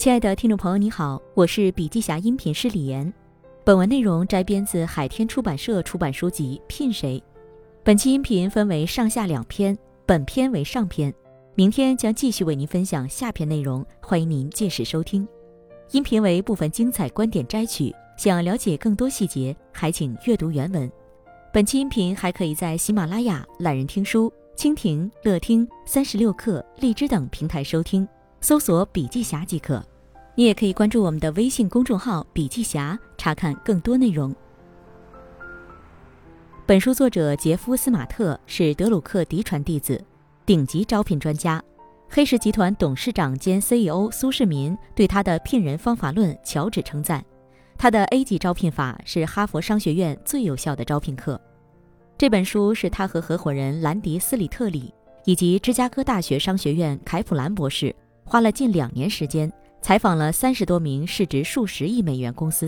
亲爱的听众朋友你好，我是笔记侠音频师李岩。本文内容摘编自海天出版社出版书籍《聘谁》。本期音频分为上下两篇，本篇为上篇，明天将继续为您分享下篇内容，欢迎您届时收听。音频为部分精彩观点摘取，想了解更多细节，还请阅读原文。本期音频还可以在喜马拉雅、懒人听书、蜻蜓、乐听、36课、荔枝等平台收听，搜索笔记侠即可。你也可以关注我们的微信公众号笔记侠，查看更多内容。本书作者杰夫·斯马特是德鲁克嫡传弟子，顶级招聘专家。黑石集团董事长兼 CEO 苏世民对他的聘人方法论巧指称赞。他的 A 级招聘法是哈佛商学院最有效的招聘课。这本书是他和合伙人兰迪·斯里特里以及芝加哥大学商学院凯普兰博士花了近2年时间，采访了30多名市值数十亿美元公司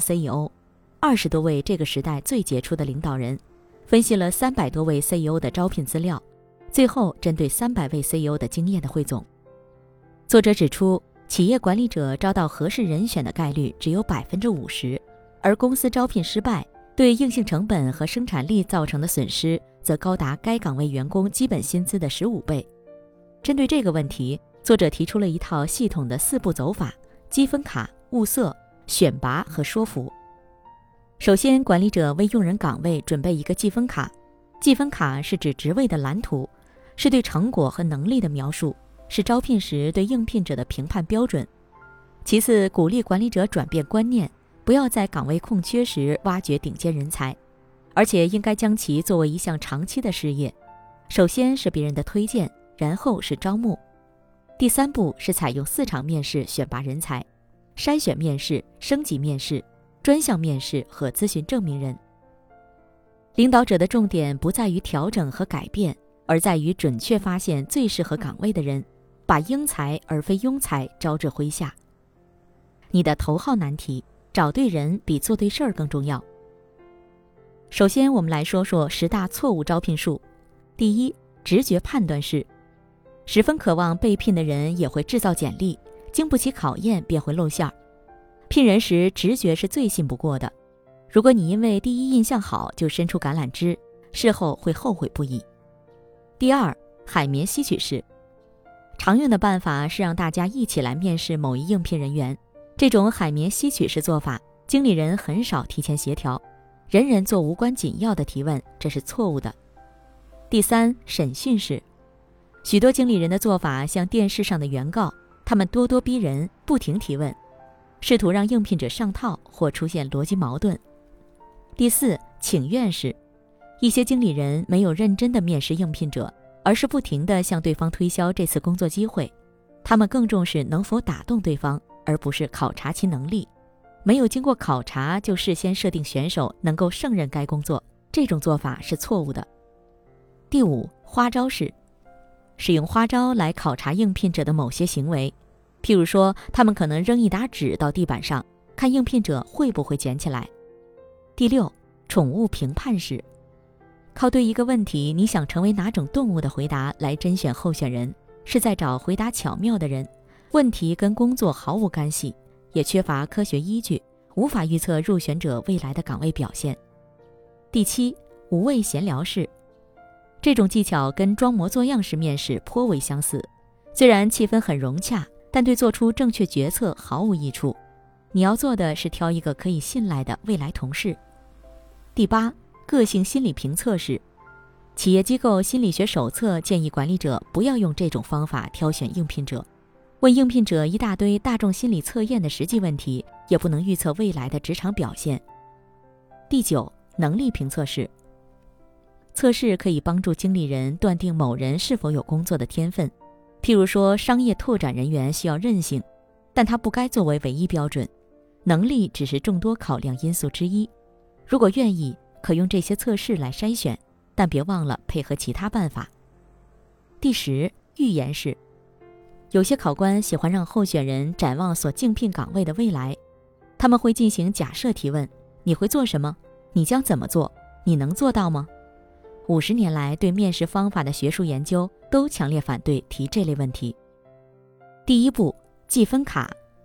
CEO，20多位这个时代最杰出的领导人，分析了300多位 CEO 的招聘资料，最后针对300位 CEO 的经验的汇总。作者指出，企业管理者招到合适人选的概率只有 50%， 而公司招聘失败对硬性成本和生产力造成的损失则高达该岗位员工基本薪资的15倍。针对这个问题，作者提出了一套系统的4步走法：积分卡、物色、选拔和说服。首先，管理者为用人岗位准备一个积分卡。积分卡是指职位的蓝图，是对成果和能力的描述，是招聘时对应聘者的评判标准。其次，鼓励管理者转变观念，不要在岗位空缺时挖掘顶尖人才，而且应该将其作为一项长期的事业。首先是别人的推荐，然后是招募。第3步是采用4场面试选拔人才：筛选面试、升级面试、专项面试和咨询证明人。领导者的重点不在于调整和改变，而在于准确发现最适合岗位的人，把英才而非庸才招至麾下。你的头号难题，找对人比做对事儿更重要。首先，我们来说说10大错误招聘术。第一，直觉判断式。十分渴望被聘的人也会制造简历，经不起考验便会露馅儿。聘人时直觉是最信不过的，如果你因为第一印象好就伸出橄榄枝，事后会后悔不已。第二，海绵吸取式。常用的办法是让大家一起来面试某一应聘人员，这种海绵吸取式做法，经理人很少提前协调，人人做无关紧要的提问，这是错误的。第三，审讯式。许多经理人的做法像电视上的原告，他们咄咄逼人，不停提问，试图让应聘者上套或出现逻辑矛盾。第四，请愿式。一些经理人没有认真地面试应聘者，而是不停地向对方推销这次工作机会，他们更重视能否打动对方，而不是考察其能力。没有经过考察就事先设定选手能够胜任该工作，这种做法是错误的。第五，花招式。使用花招来考察应聘者的某些行为，譬如说，他们可能扔一沓纸到地板上，看应聘者会不会捡起来。第六，宠物评判式。靠对一个问题你想成为哪种动物的回答来甄选候选人，是在找回答巧妙的人，问题跟工作毫无干系，也缺乏科学依据，无法预测入选者未来的岗位表现。第七，无谓闲聊式。这种技巧跟装模作样式面试颇为相似，虽然气氛很融洽，但对做出正确决策毫无益处。你要做的是挑一个可以信赖的未来同事。第八，个性心理评测式。企业机构心理学手册建议管理者不要用这种方法挑选应聘者，问应聘者一大堆大众心理测验的实际问题，也不能预测未来的职场表现。第九，能力评测式。测试可以帮助经理人断定某人是否有工作的天分，譬如说商业拓展人员需要韧性，但它不该作为唯一标准，能力只是众多考量因素之一。如果愿意，可用这些测试来筛选，但别忘了配合其他办法。第10，预言式。有些考官喜欢让候选人展望所竞聘岗位的未来，他们会进行假设提问：你会做什么？你将怎么做？你能做到吗？50年来，对面试方法的学术研究都强烈反对提这类问题。第一步，计分卡，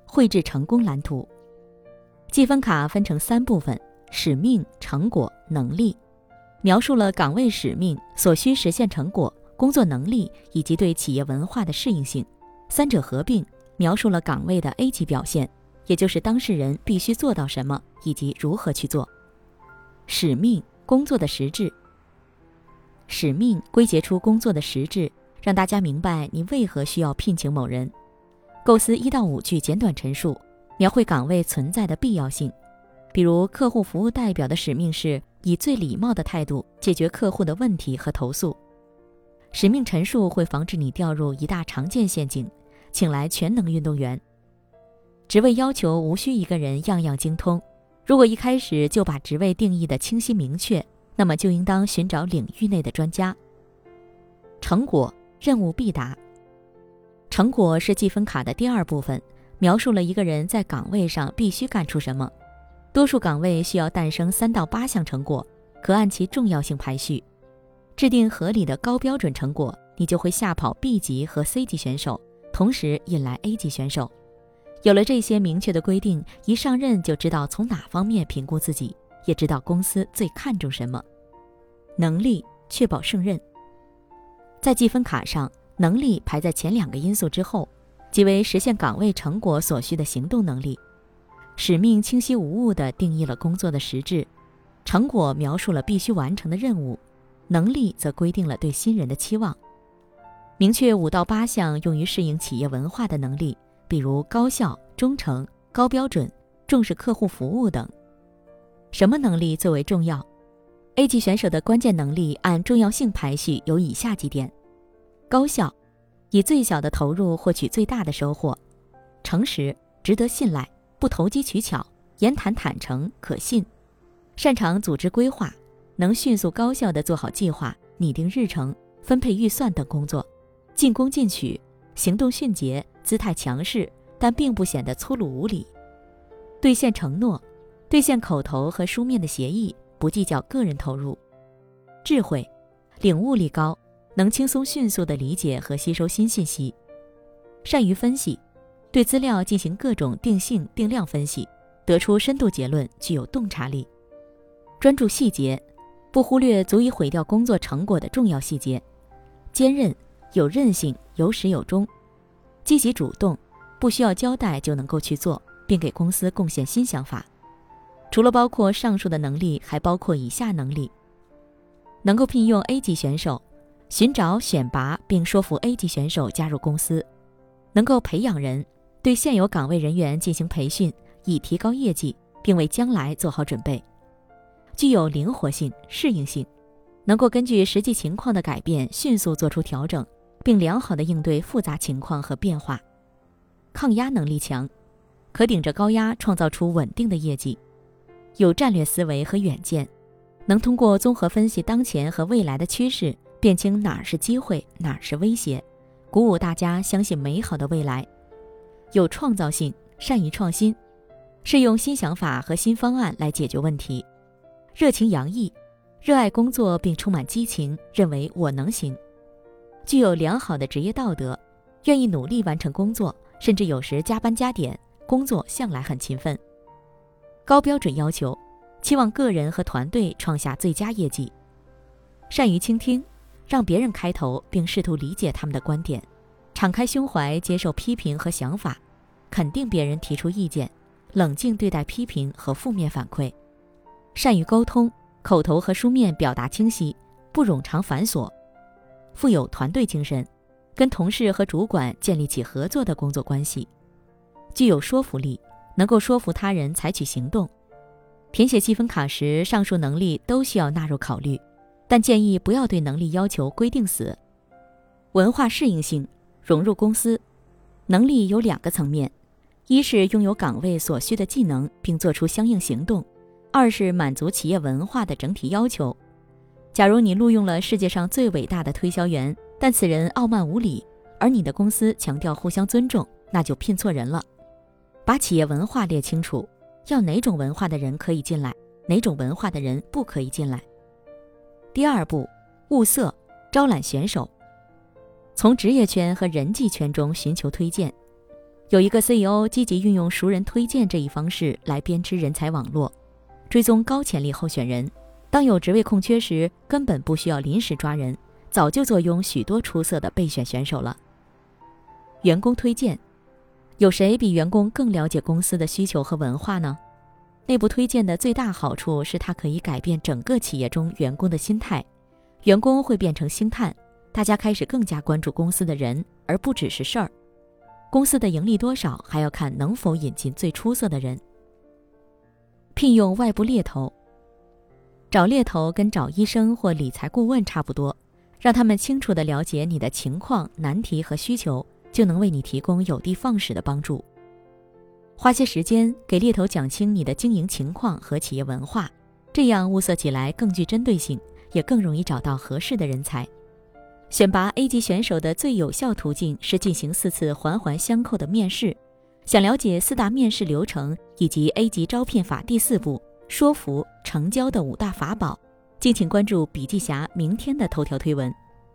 绘制成功蓝图。积分卡分成3部分：使命、成果、能力，描述了岗位使命、所需实现成果、工作能力以及对企业文化的适应性。3者合并，描述了岗位的 A 级表现，也就是当事人必须做到什么以及如何去做。使命，工作的实质。使命归结出工作的实质，让大家明白你为何需要聘请某人。构思1到5句简短陈述，描绘岗位存在的必要性。比如，客户服务代表的使命是以最礼貌的态度解决客户的问题和投诉。使命陈述会防止你掉入一大常见陷阱，请来全能运动员。职位要求无需一个人样样精通，如果一开始就把职位定义的清晰明确，那么就应当寻找领域内的专家。成果，任务必达。成果是积分卡的第2部分，描述了一个人在岗位上必须干出什么。多数岗位需要诞生3到8项成果，可按其重要性排序。制定合理的高标准成果，你就会吓跑 B 级和 C 级选手，同时引来 A 级选手。有了这些明确的规定，一上任就知道从哪方面评估自己，也知道公司最看重什么。能力，确保胜任。在积分卡上，能力排在前2个因素之后，即为实现岗位成果所需的行动能力。使命清晰无误地定义了工作的实质，成果描述了必须完成的任务，能力则规定了对新人的期望。明确5到8项用于适应企业文化的能力，比如高效、忠诚、高标准、重视客户服务等。什么能力最为重要？ A 级选手的关键能力按重要性排序有以下几点：高效，以最小的投入获取最大的收获；诚实，值得信赖，不投机取巧，言谈坦诚，可信；擅长组织规划，能迅速高效地做好计划、拟定日程、分配预算等工作；进攻进取，行动迅捷，姿态强势，但并不显得粗鲁无礼；兑现承诺，兑现口头和书面的协议，不计较个人投入；智慧，领悟力高，能轻松迅速地理解和吸收新信息；善于分析，对资料进行各种定性定量分析，得出深度结论，具有洞察力；专注细节，不忽略足以毁掉工作成果的重要细节；坚韧，有韧性，有始有终；积极主动，不需要交代就能够去做，并给公司贡献新想法。除了包括上述的能力，还包括以下能力：能够聘用 A 级选手，寻找、选拔并说服 A 级选手加入公司；能够培养人，对现有岗位人员进行培训，以提高业绩，并为将来做好准备；具有灵活性、适应性，能够根据实际情况的改变迅速做出调整，并良好地应对复杂情况和变化；抗压能力强，可顶着高压创造出稳定的业绩；有战略思维和远见，能通过综合分析当前和未来的趋势，辨清哪儿是机会，哪儿是威胁，鼓舞大家相信美好的未来；有创造性，善于创新，是用新想法和新方案来解决问题；热情洋溢，热爱工作并充满激情，认为我能行；具有良好的职业道德，愿意努力完成工作，甚至有时加班加点，工作向来很勤奋；高标准要求，期望个人和团队创下最佳业绩；善于倾听，让别人开头并试图理解他们的观点，敞开胸怀接受批评和想法，肯定别人提出意见，冷静对待批评和负面反馈；善于沟通，口头和书面表达清晰，不冗长繁琐；富有团队精神，跟同事和主管建立起合作的工作关系；具有说服力，能够说服他人采取行动。填写积分卡时，上述能力都需要纳入考虑，但建议不要对能力要求规定死。文化适应性，融入公司。能力有2个层面，一是拥有岗位所需的技能并做出相应行动，二是满足企业文化的整体要求。假如你录用了世界上最伟大的推销员，但此人傲慢无礼，而你的公司强调互相尊重，那就聘错人了。把企业文化列清楚，要哪种文化的人可以进来，哪种文化的人不可以进来。第2步，物色，招揽选手。从职业圈和人际圈中寻求推荐。 有一个 CEO 积极运用熟人推荐这一方式来编织人才网络，追踪高潜力候选人。当有职位空缺时，根本不需要临时抓人，早就坐拥许多出色的备选选手了。员工推荐，有谁比员工更了解公司的需求和文化呢？内部推荐的最大好处是它可以改变整个企业中员工的心态，员工会变成星探，大家开始更加关注公司的人，而不只是事儿。公司的盈利多少还要看能否引进最出色的人。聘用外部猎头，找猎头跟找医生或理财顾问差不多，让他们清楚地了解你的情况、难题和需求，就能为你提供有的放矢的帮助。花些时间给猎头讲清你的经营情况和企业文化，这样物色起来更具针对性，也更容易找到合适的人才。选拔 A 级选手的最有效途径是进行4次环环相扣的面试。想了解4大面试流程以及 A 级招聘法第4步说服成交的5大法宝，敬请关注笔记侠明天的头条推文。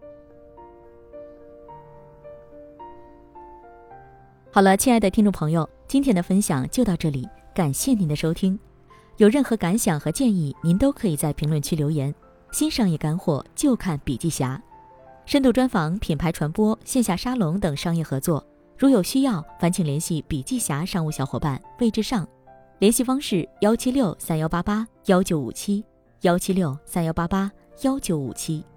好了，亲爱的听众朋友，今天的分享就到这里，感谢您的收听。有任何感想和建议，您都可以在评论区留言。新商业干货就看笔记侠，深度专访、品牌传播、线下沙龙等商业合作，如有需要，烦请联系笔记侠商务小伙伴魏志尚，联系方式17631881957，17631881957。